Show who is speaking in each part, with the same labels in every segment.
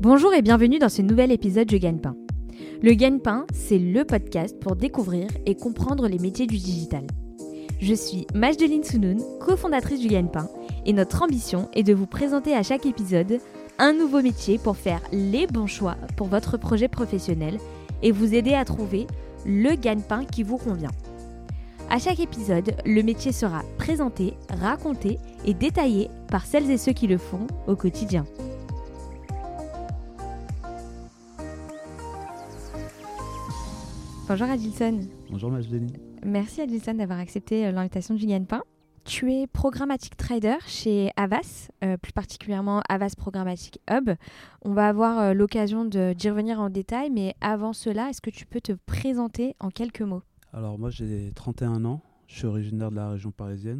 Speaker 1: Bonjour et bienvenue dans ce nouvel épisode de Gagne-Pain. Le Gagne-Pain, c'est le podcast pour découvrir et comprendre les métiers du digital. Je suis Majdeline Sounoun, cofondatrice du Gagne-Pain, et notre ambition est de vous présenter à chaque épisode un nouveau métier pour faire les bons choix pour votre projet professionnel et vous aider à trouver le gagne-pain qui vous convient. À chaque épisode, le métier sera présenté, raconté et détaillé par celles et ceux qui le font au quotidien. Bonjour Adilson.
Speaker 2: Bonjour Majdeline.
Speaker 1: Merci Adilson d'avoir accepté l'invitation du Gagne-Pain. Tu es programmatic trader chez Havas, plus particulièrement Havas Programmatic Hub. On va avoir l'occasion d'y revenir en détail, mais avant cela, est-ce que tu peux te présenter en quelques mots ?
Speaker 2: Alors moi j'ai 31 ans, je suis originaire de la région parisienne.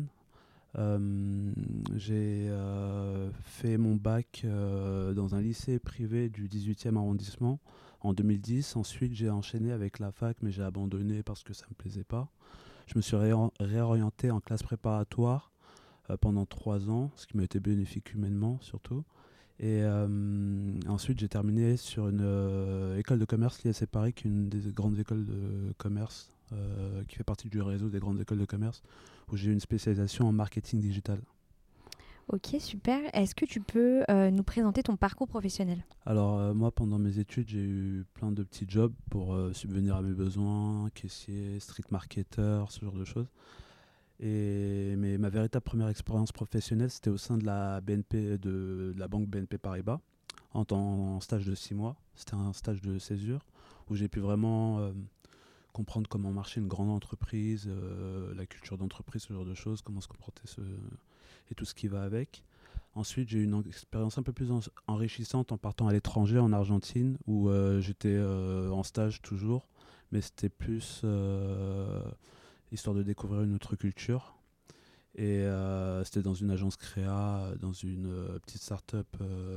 Speaker 2: J'ai fait mon bac dans un lycée privé du 18e arrondissement en 2010. Ensuite j'ai enchaîné avec la fac, mais j'ai abandonné parce que ça ne me plaisait pas. Je me suis réorienté en classe préparatoire pendant 3 ans, ce qui m'a été bénéfique humainement surtout. Et ensuite j'ai terminé sur une école de commerce, l'ISC Paris, qui est une des grandes écoles de commerce, qui fait partie du réseau des grandes écoles de commerce, où j'ai eu une spécialisation en marketing digital.
Speaker 1: Ok, super. Est-ce que tu peux nous présenter ton parcours professionnel ?
Speaker 2: Alors moi pendant mes études j'ai eu plein de petits jobs pour subvenir à mes besoins, caissier, street marketer, ce genre de choses. Mais ma véritable première expérience professionnelle c'était au sein de la BNP, de la banque BNP Paribas, en stage de 6 mois. C'était un stage de césure où j'ai pu vraiment comprendre comment marchait une grande entreprise, la culture d'entreprise, ce genre de choses, comment se comporter et tout ce qui va avec. Ensuite, j'ai eu une expérience un peu plus enrichissante en partant à l'étranger, en Argentine, où j'étais en stage toujours, mais c'était plus histoire de découvrir une autre culture. Et c'était dans une agence créa, dans une petite start-up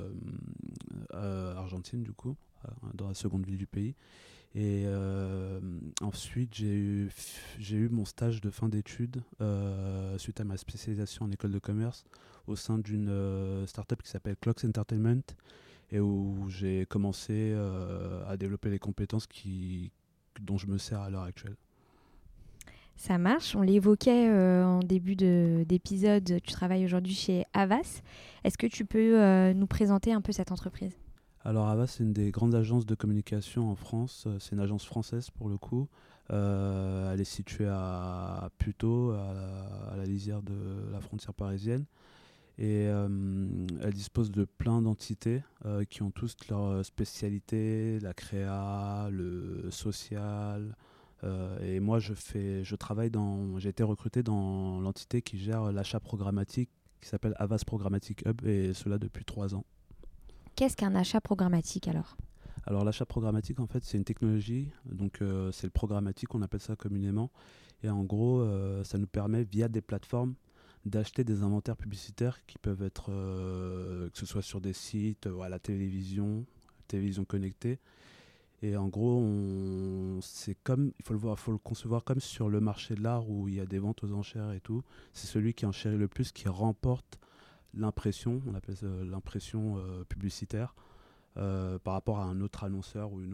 Speaker 2: argentine, du coup, dans la seconde ville du pays. Et ensuite, j'ai eu mon stage de fin d'études suite à ma spécialisation en école de commerce au sein d'une start-up qui s'appelle Clocks Entertainment et où j'ai commencé à développer les compétences dont je me sers à l'heure actuelle.
Speaker 1: Ça marche, on l'évoquait en début d'épisode, tu travailles aujourd'hui chez Havas. Est-ce que tu peux nous présenter un peu cette entreprise ?
Speaker 2: Alors Havas, c'est une des grandes agences de communication en France. C'est une agence française pour le coup. Elle est située à Puteaux, à la lisière de la frontière parisienne. Et elle dispose de plein d'entités qui ont tous leur spécialité, la créa, le social. Et moi, j'ai été recruté dans l'entité qui gère l'achat programmatique, qui s'appelle Havas Programmatic Hub, et cela depuis 3 ans.
Speaker 1: Qu'est-ce qu'un achat programmatique alors ?
Speaker 2: Alors l'achat programmatique, en fait, c'est une technologie, donc c'est le programmatique, on appelle ça communément. Et en gros, ça nous permet, via des plateformes, d'acheter des inventaires publicitaires qui peuvent être, que ce soit sur des sites, à la télévision connectée. Et en gros, il faut le concevoir comme sur le marché de l'art où il y a des ventes aux enchères et tout. C'est celui qui enchérit le plus qui remporte l'impression, on appelle ça l'impression publicitaire, par rapport à un autre annonceur ou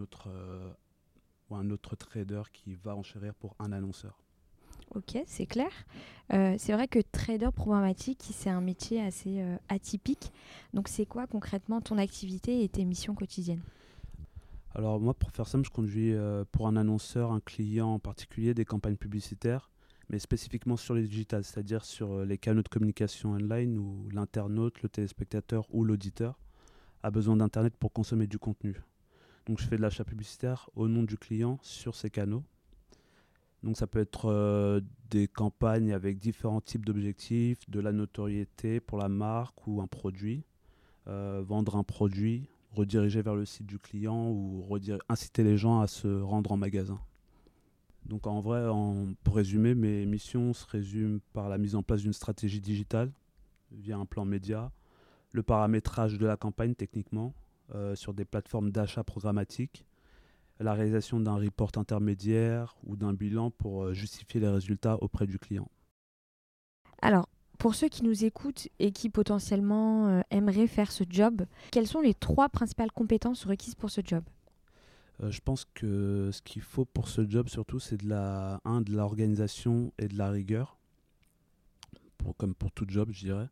Speaker 2: un autre trader qui va enchérir pour un annonceur.
Speaker 1: Ok, c'est clair. C'est vrai que trader programmatique, c'est un métier assez atypique. Donc c'est quoi concrètement ton activité et tes missions quotidiennes ?
Speaker 2: Alors moi, pour faire simple, je conduis pour un annonceur, un client en particulier, des campagnes publicitaires, mais spécifiquement sur les digitales, c'est-à-dire sur les canaux de communication online où l'internaute, le téléspectateur ou l'auditeur a besoin d'Internet pour consommer du contenu. Donc je fais de l'achat publicitaire au nom du client sur ces canaux. Donc ça peut être des campagnes avec différents types d'objectifs, de la notoriété pour la marque ou un produit, vendre un produit, rediriger vers le site du client ou inciter les gens à se rendre en magasin. Donc en vrai, pour résumer, mes missions se résument par la mise en place d'une stratégie digitale via un plan média, le paramétrage de la campagne techniquement sur des plateformes d'achat programmatique, la réalisation d'un report intermédiaire ou d'un bilan pour justifier les résultats auprès du client.
Speaker 1: Alors, Pour ceux qui nous écoutent et qui potentiellement aimeraient faire ce job, quelles sont les 3 principales compétences requises pour ce job?
Speaker 2: Je pense que ce qu'il faut pour ce job surtout, c'est de l'organisation et de la rigueur, comme pour tout job, je dirais.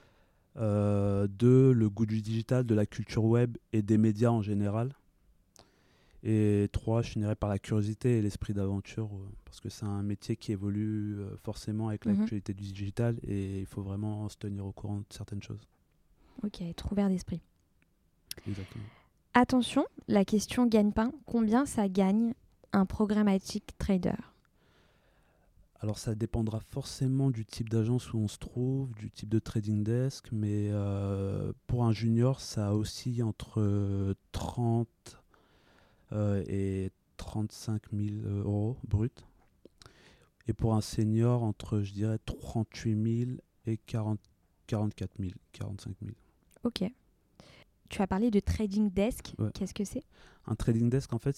Speaker 2: 2, le goût du digital, de la culture web et des médias en général. Et 3, je finirais par la curiosité et l'esprit d'aventure, parce que c'est un métier qui évolue forcément avec l'actualité du digital et il faut vraiment se tenir au courant de certaines choses.
Speaker 1: Ok, être ouvert d'esprit.
Speaker 2: Exactement.
Speaker 1: Attention, la question gagne-pain. Combien ça gagne un programmatic trader?
Speaker 2: Alors ça dépendra forcément du type d'agence où on se trouve, du type de trading desk, mais pour un junior, ça oscille entre 30 et 35 000 euros brut. Et pour un senior, entre, je dirais, 38 000 et 44 000, 45 000.
Speaker 1: Ok. Tu as parlé de trading desk.
Speaker 2: Ouais.
Speaker 1: Qu'est-ce que c'est?
Speaker 2: Un trading desk, en fait,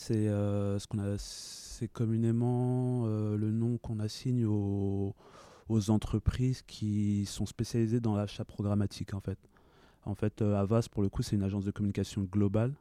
Speaker 2: c'est communément le nom qu'on assigne aux entreprises qui sont spécialisées dans l'achat programmatique, en fait. En fait, Havas, pour le coup, c'est une agence de communication globale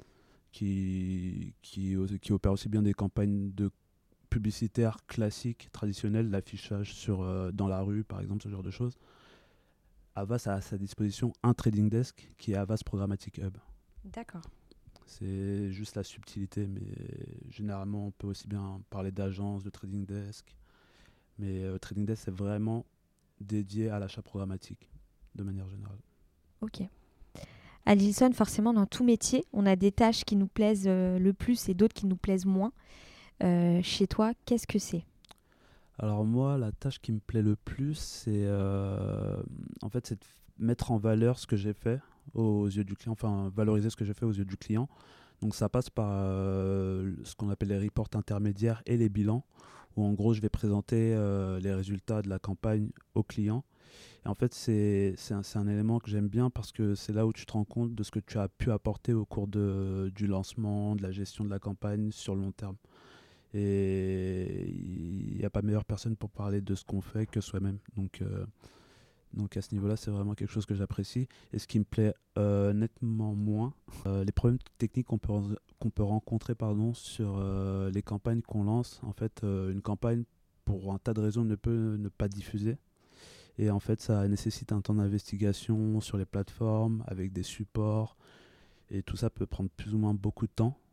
Speaker 2: qui opère aussi bien des campagnes publicitaires classiques, traditionnelles, l'affichage dans la rue, par exemple, ce genre de choses. Havas a à sa disposition un trading desk qui est Havas Programmatic Hub.
Speaker 1: D'accord.
Speaker 2: C'est juste la subtilité, mais généralement, on peut aussi bien parler d'agence, de trading desk. Mais trading desk, c'est vraiment dédié à l'achat programmatique, de manière générale.
Speaker 1: Ok. Adilson, forcément, dans tout métier, on a des tâches qui nous plaisent le plus et d'autres qui nous plaisent moins. Chez toi, qu'est-ce que c'est?
Speaker 2: Alors moi, la tâche qui me plaît le plus, c'est c'est de mettre en valeur ce que j'ai fait aux yeux du client, enfin valoriser ce que j'ai fait aux yeux du client. Donc ça passe par ce qu'on appelle les reports intermédiaires et les bilans, où en gros je vais présenter les résultats de la campagne au client. Et en fait, c'est un élément que j'aime bien parce que c'est là où tu te rends compte de ce que tu as pu apporter au cours du lancement, de la gestion de la campagne sur le long terme. Et il n'y a pas meilleure personne pour parler de ce qu'on fait que soi-même. Donc à ce niveau-là, c'est vraiment quelque chose que j'apprécie. Et ce qui me plaît nettement moins, les problèmes techniques qu'on peut rencontrer sur les campagnes qu'on lance. En fait, une campagne, pour un tas de raisons, ne peut ne pas diffuser. Et en fait, ça nécessite un temps d'investigation sur les plateformes, avec des supports. Et tout ça peut prendre plus ou moins beaucoup de temps.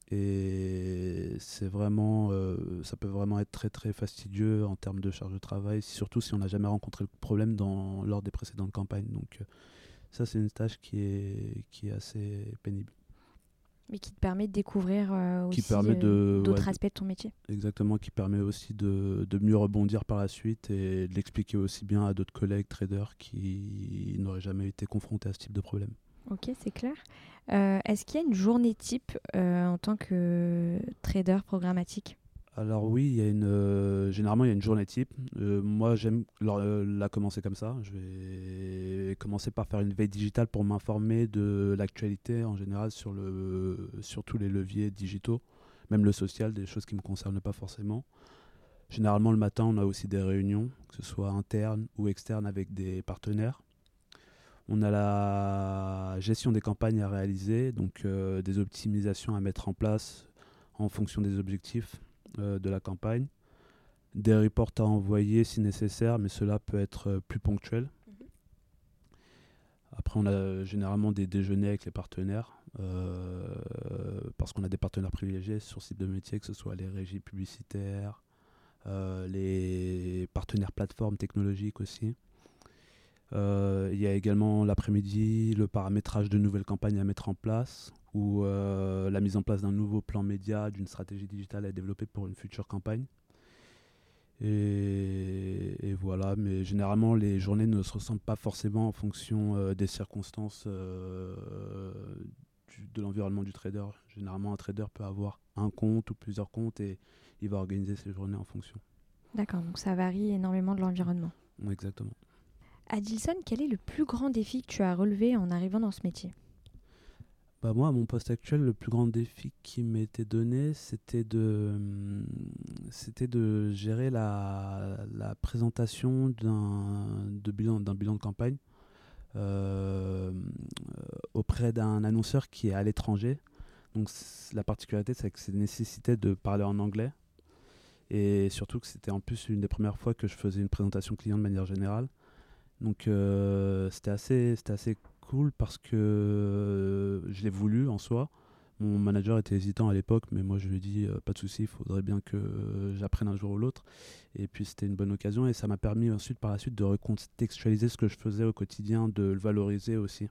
Speaker 2: Et c'est vraiment, ça peut vraiment être très très fastidieux en termes de charge de travail, surtout si on n'a jamais rencontré le problème lors des précédentes campagnes. Donc ça, c'est une tâche qui est assez pénible.
Speaker 1: Mais qui te permet de découvrir
Speaker 2: Qui
Speaker 1: aussi
Speaker 2: permet
Speaker 1: d'autres aspects de ton métier.
Speaker 2: Exactement, qui permet aussi de mieux rebondir par la suite et de l'expliquer aussi bien à d'autres collègues traders qui n'auraient jamais été confrontés à ce type de problème.
Speaker 1: Ok, c'est clair. Est-ce qu'il y a une journée type en tant que trader programmatique?
Speaker 2: Alors oui, généralement il y a une journée type. Moi j'aime la commencer comme ça. Je vais commencer par faire une veille digitale pour m'informer de l'actualité en général sur tous les leviers digitaux, même le social, des choses qui ne me concernent pas forcément. Généralement le matin on a aussi des réunions, que ce soit internes ou externes avec des partenaires. On a la gestion des campagnes à réaliser, donc des optimisations à mettre en place en fonction des objectifs de la campagne, des reports à envoyer si nécessaire, mais cela peut être plus ponctuel. Après, on a généralement des déjeuners avec les partenaires, parce qu'on a des partenaires privilégiés sur ce type de métier, que ce soit les régies publicitaires, les partenaires plateformes technologiques aussi. Il y a également l'après-midi le paramétrage de nouvelles campagnes à mettre en place, ou la mise en place d'un nouveau plan média, d'une stratégie digitale à développer pour une future campagne. Et voilà, mais généralement les journées ne se ressemblent pas forcément en fonction des circonstances de l'environnement du trader. Généralement un trader peut avoir un compte ou plusieurs comptes et il va organiser ses journées en fonction.
Speaker 1: D'accord, donc ça varie énormément de l'environnement.
Speaker 2: Exactement.
Speaker 1: Adilson, quel est le plus grand défi que tu as relevé en arrivant dans ce métier?
Speaker 2: Bah moi, à mon poste actuel, le plus grand défi qui m'était donné, c'était de gérer la présentation d'un bilan de campagne euh, auprès d'un annonceur qui est à l'étranger. Donc la particularité, c'est que ça nécessitait de parler en anglais. Et surtout que c'était en plus une des premières fois que je faisais une présentation client de manière générale. Donc c'était assez cool parce que je l'ai voulu en soi. Mon manager était hésitant à l'époque, mais moi je lui ai dit pas de souci, il faudrait bien que j'apprenne un jour ou l'autre. Et puis c'était une bonne occasion et ça m'a permis ensuite par la suite de recontextualiser ce que je faisais au quotidien, de le valoriser aussi.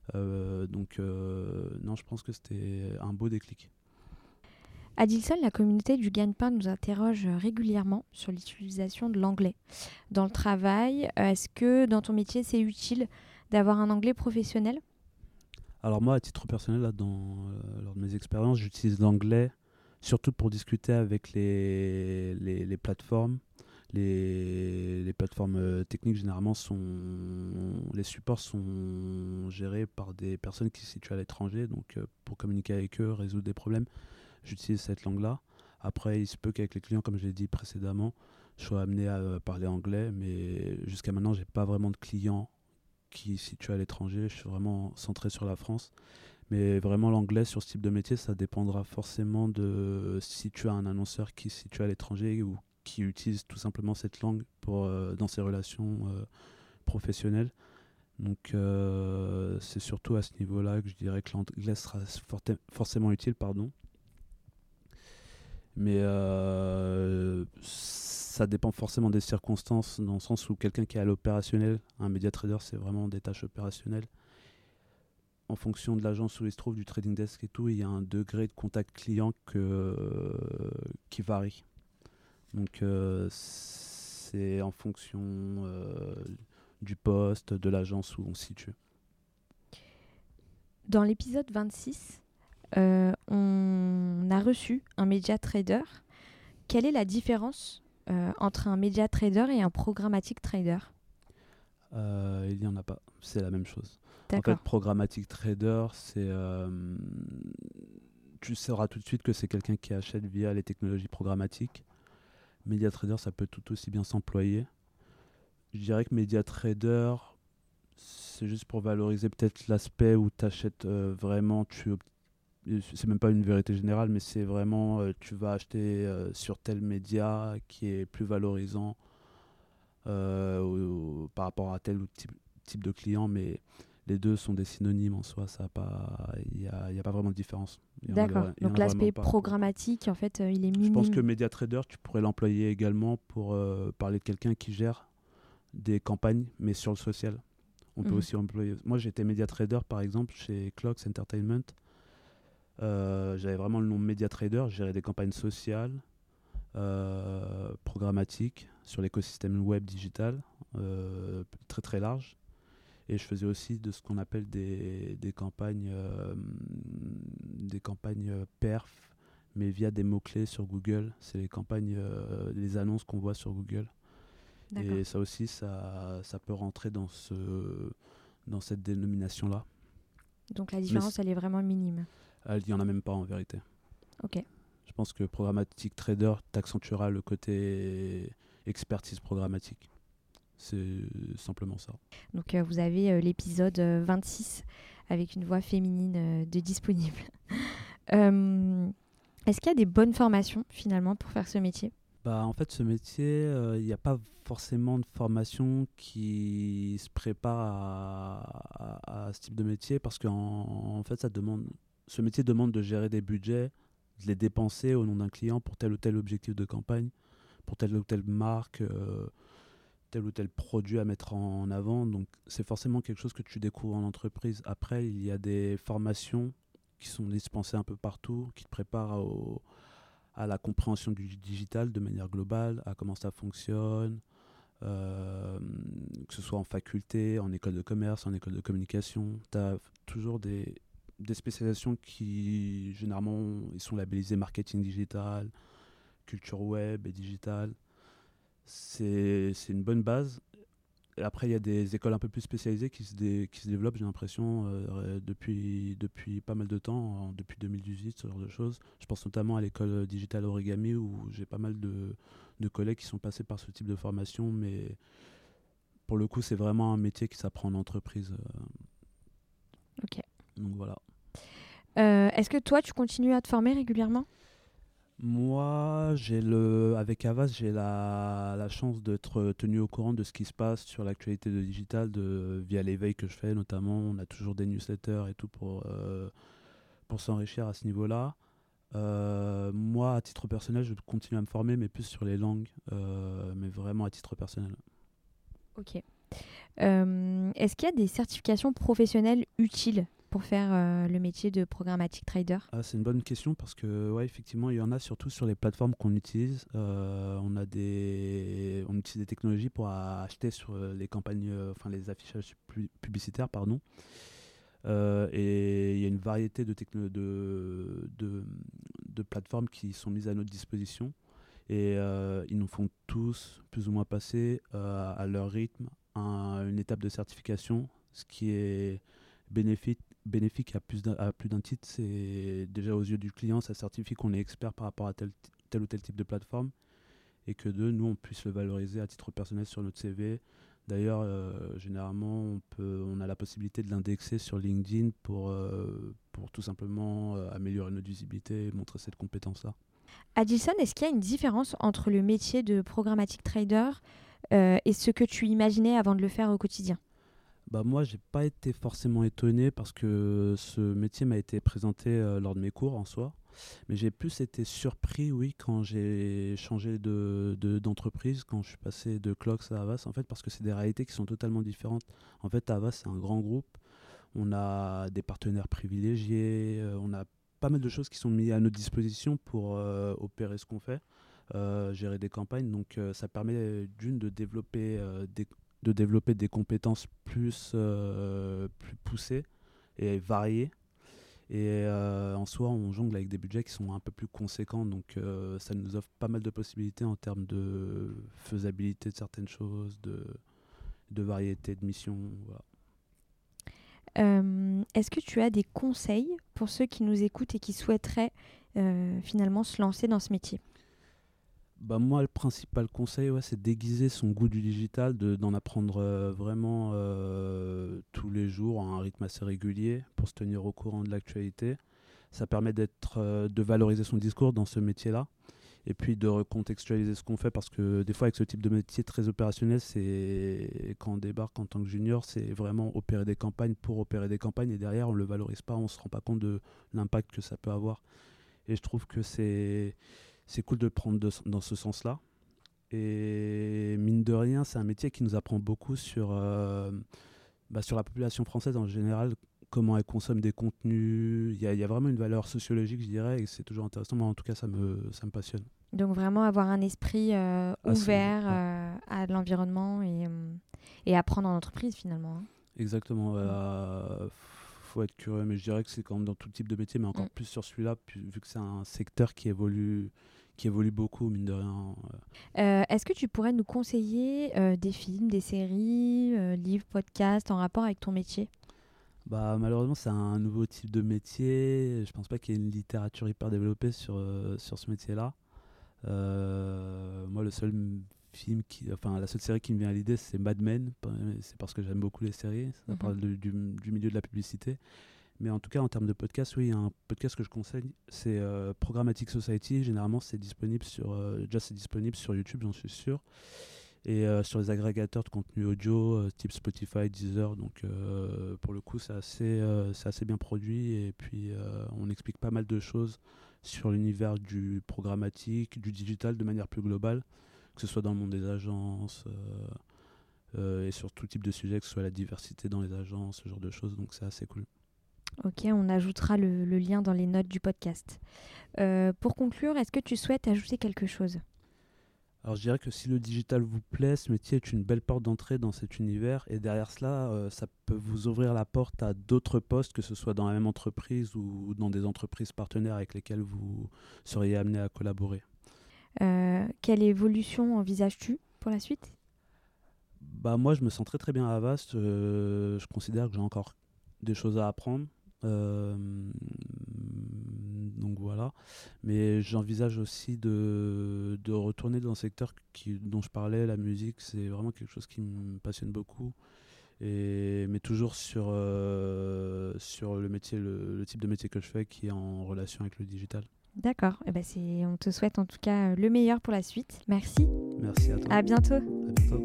Speaker 2: Non, je pense que c'était un beau déclic.
Speaker 1: À Dilson, la communauté du gagne-pain nous interroge régulièrement sur l'utilisation de l'anglais. Dans le travail, est-ce que dans ton métier, c'est utile d'avoir un anglais professionnel ?
Speaker 2: Alors moi, à titre personnel, là, lors de mes expériences, j'utilise l'anglais surtout pour discuter avec les plateformes. Les plateformes techniques, généralement, les supports sont gérés par des personnes qui se situent à l'étranger. Donc, pour communiquer avec eux, résoudre des problèmes, j'utilise cette langue-là. Après, il se peut qu'avec les clients, comme je l'ai dit précédemment, je sois amené à parler anglais. Mais jusqu'à maintenant, j'ai pas vraiment de clients qui se situent à l'étranger. Je suis vraiment centré sur la France. Mais vraiment, l'anglais sur ce type de métier, ça dépendra forcément de si tu as un annonceur qui se situe à l'étranger ou qui utilise tout simplement cette langue dans ses relations professionnelles. Donc, c'est surtout à ce niveau-là que je dirais que l'anglais sera forcément utile. Pardon. Mais ça dépend forcément des circonstances, dans le sens où quelqu'un qui est à l'opérationnel, un média trader, c'est vraiment des tâches opérationnelles. En fonction de l'agence où il se trouve, du trading desk et tout, il y a un degré de contact client qui varie. Donc c'est en fonction du poste, de l'agence où on se situe.
Speaker 1: Dans l'épisode 26, on a reçu un média trader. Quelle est la différence entre un média trader et un programmatic trader ?
Speaker 2: Il n'y en a pas, c'est la même chose.
Speaker 1: D'accord.
Speaker 2: En fait, programmatic trader, tu sauras tout de suite que c'est quelqu'un qui achète via les technologies programmatiques. Media trader, ça peut tout aussi bien s'employer. Je dirais que media trader, c'est juste pour valoriser peut-être l'aspect où tu achètes vraiment, c'est même pas une vérité générale, mais c'est vraiment, tu vas acheter sur tel média qui est plus valorisant par rapport à tel ou type de client, mais les deux sont des synonymes en soi, il n'y a pas vraiment de différence.
Speaker 1: D'accord. Donc l'aspect programmatique, en fait, il est minime.
Speaker 2: Je pense que Media Trader, tu pourrais l'employer également pour parler de quelqu'un qui gère des campagnes, mais sur le social. On peut aussi employer. Moi, j'étais Media Trader, par exemple, chez Clocks Entertainment. J'avais vraiment le nom Media Trader. Je gérais des campagnes sociales, programmatiques, sur l'écosystème web digital, très très large. Et je faisais aussi de ce qu'on appelle des campagnes perf, mais via des mots-clés sur Google. C'est les campagnes, les annonces qu'on voit sur Google.
Speaker 1: D'accord.
Speaker 2: Et ça aussi, ça peut rentrer dans cette dénomination-là.
Speaker 1: Donc la différence, elle est vraiment minime.
Speaker 2: Il n'y en a même pas en vérité.
Speaker 1: Ok.
Speaker 2: Je pense que Programmatic Trader t'accentuera le côté expertise programmatique. C'est simplement ça.
Speaker 1: Donc vous avez l'épisode 26 avec une voix féminine de disponible. Est-ce qu'il y a des bonnes formations finalement pour faire ce métier ?
Speaker 2: En fait, ce métier, il n'y a pas forcément de formation qui se prépare à ce type de métier parce qu'en fait, ce métier demande de gérer des budgets, de les dépenser au nom d'un client pour tel ou tel objectif de campagne, pour telle ou telle marque, tel ou tel produit à mettre en avant. Donc, c'est forcément quelque chose que tu découvres en entreprise. Après, il y a des formations qui sont dispensées un peu partout, qui te préparent à la compréhension du digital de manière globale, à comment ça fonctionne, que ce soit en faculté, en école de commerce, en école de communication. Tu as toujours des spécialisations qui, généralement, ils sont labellisés marketing digital, culture web et digital. C'est une bonne base. Et après, il y a des écoles un peu plus spécialisées qui se développent, j'ai l'impression, depuis pas mal de temps, depuis 2018, ce genre de choses. Je pense notamment à l'école Digital Origami où j'ai pas mal de collègues qui sont passés par ce type de formation, mais pour le coup, c'est vraiment un métier qui s'apprend en entreprise.
Speaker 1: Ok.
Speaker 2: Donc voilà.
Speaker 1: Est-ce que toi, tu continues à te former régulièrement?
Speaker 2: Moi, avec Avas, j'ai la chance d'être tenu au courant de ce qui se passe sur l'actualité de digital via l'éveil que je fais notamment. On a toujours des newsletters et tout pour s'enrichir à ce niveau-là. Moi, à titre personnel, je continue à me former, mais plus sur les langues, mais vraiment à titre personnel.
Speaker 1: Ok. Est-ce qu'il y a des certifications professionnelles utiles pour faire le métier de programmatic trader?
Speaker 2: Ah, c'est une bonne question parce que, ouais, effectivement, il y en a surtout sur les plateformes qu'on utilise. On utilise des technologies pour acheter sur les campagnes, enfin les affichages publicitaires, pardon. Et il y a une variété de plateformes qui sont mises à notre disposition. Et ils nous font tous, plus ou moins, passer à leur rythme une étape de certification, ce qui est bénéfique à plus d'un titre. C'est déjà aux yeux du client, ça certifie qu'on est expert par rapport à tel ou tel type de plateforme et que nous, on puisse le valoriser à titre personnel sur notre CV. D'ailleurs, généralement, on a la possibilité de l'indexer sur LinkedIn pour tout simplement améliorer notre visibilité et montrer cette compétence-là.
Speaker 1: Adilson, est-ce qu'il y a une différence entre le métier de programmatic trader et ce que tu imaginais avant de le faire au quotidien?
Speaker 2: Bah moi, j'ai pas été forcément étonné parce que ce métier m'a été présenté lors de mes cours en soi. Mais j'ai plus été surpris, oui, quand j'ai changé d'entreprise, quand je suis passé de Clox à Avas, en fait, parce que c'est des réalités qui sont totalement différentes. En fait, Avas, c'est un grand groupe. On a des partenaires privilégiés. On a pas mal de choses qui sont mises à notre disposition pour opérer ce qu'on fait, gérer des campagnes. Donc, ça permet de développer des compétences plus poussées et variées. Et en soi, on jongle avec des budgets qui sont un peu plus conséquents, donc ça nous offre pas mal de possibilités en termes de faisabilité de certaines choses, de variété de missions. Voilà.
Speaker 1: Est-ce que tu as des conseils pour ceux qui nous écoutent et qui souhaiteraient finalement se lancer dans ce métier?
Speaker 2: Bah moi, le principal conseil, ouais, c'est d'aiguiser son goût du digital, d'en apprendre vraiment tous les jours à un rythme assez régulier pour se tenir au courant de l'actualité. Ça permet de valoriser son discours dans ce métier-là et puis de recontextualiser ce qu'on fait parce que des fois, avec ce type de métier très opérationnel, quand on débarque en tant que junior, c'est vraiment opérer des campagnes pour opérer des campagnes et derrière, on ne le valorise pas, on ne se rend pas compte de l'impact que ça peut avoir. Et je trouve que c'est cool de le prendre dans ce sens-là. Et mine de rien, c'est un métier qui nous apprend beaucoup sur la population française en général, comment elle consomme des contenus. Il y a vraiment une valeur sociologique, je dirais, et c'est toujours intéressant. Moi, en tout cas, ça me passionne.
Speaker 1: Donc vraiment avoir un esprit ouvert
Speaker 2: Ouais.
Speaker 1: à l'environnement et apprendre en entreprise finalement, hein.
Speaker 2: Exactement. Faut être curieux, mais je dirais que c'est quand même dans tout type de métier, mais encore plus sur celui-là, vu que c'est un secteur qui évolue beaucoup, mine de rien.
Speaker 1: Est-ce que tu pourrais nous conseiller des films, des séries, livres, podcasts en rapport avec ton métier?
Speaker 2: Bah, malheureusement, c'est un nouveau type de métier. Je pense pas qu'il y ait une littérature hyper développée sur ce métier-là. Moi, la seule série qui me vient à l'idée, c'est Mad Men. C'est parce que j'aime beaucoup les séries. Ça parle du milieu de la publicité. Mais en tout cas, en termes de podcast, oui, un podcast que je conseille, c'est Programmatic Society. Généralement, déjà c'est disponible sur YouTube, j'en suis sûr. Et sur les agrégateurs de contenu audio, type Spotify, Deezer. Donc, pour le coup, c'est assez bien produit. Et puis, on explique pas mal de choses sur l'univers du programmatique, du digital de manière plus globale, que ce soit dans le monde des agences et sur tout type de sujet, que ce soit la diversité dans les agences, ce genre de choses. Donc, c'est assez cool.
Speaker 1: Ok, on ajoutera le lien dans les notes du podcast. Pour conclure, est-ce que tu souhaites ajouter quelque chose?
Speaker 2: Alors je dirais que si le digital vous plaît, ce métier est une belle porte d'entrée dans cet univers et derrière cela, ça peut vous ouvrir la porte à d'autres postes, que ce soit dans la même entreprise ou dans des entreprises partenaires avec lesquelles vous seriez amené à collaborer.
Speaker 1: Quelle évolution envisages-tu pour la suite?
Speaker 2: Moi, je me sens très très bien à Avast. Je considère que j'ai encore des choses à apprendre. Donc voilà. Mais j'envisage aussi de retourner dans le secteur dont je parlais, la musique. C'est vraiment quelque chose qui me passionne beaucoup. Mais toujours sur le métier, le type de métier que je fais qui est en relation avec le digital.
Speaker 1: D'accord. On te souhaite en tout cas le meilleur pour la suite. Merci.
Speaker 2: Merci à toi.
Speaker 1: À bientôt.
Speaker 2: À bientôt.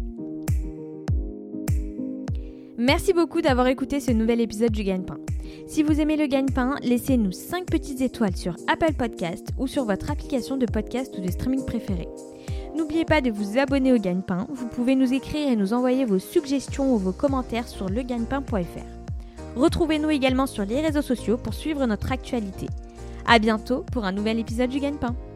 Speaker 1: Merci beaucoup d'avoir écouté ce nouvel épisode du Gagne-Pain. Si vous aimez le Gagne-Pain, laissez-nous 5 petites étoiles sur Apple Podcast ou sur votre application de podcast ou de streaming préférée. N'oubliez pas de vous abonner au Gagne-Pain. Vous pouvez nous écrire et nous envoyer vos suggestions ou vos commentaires sur legagnepain.fr. Retrouvez-nous également sur les réseaux sociaux pour suivre notre actualité. À bientôt pour un nouvel épisode du Gagne-Pain.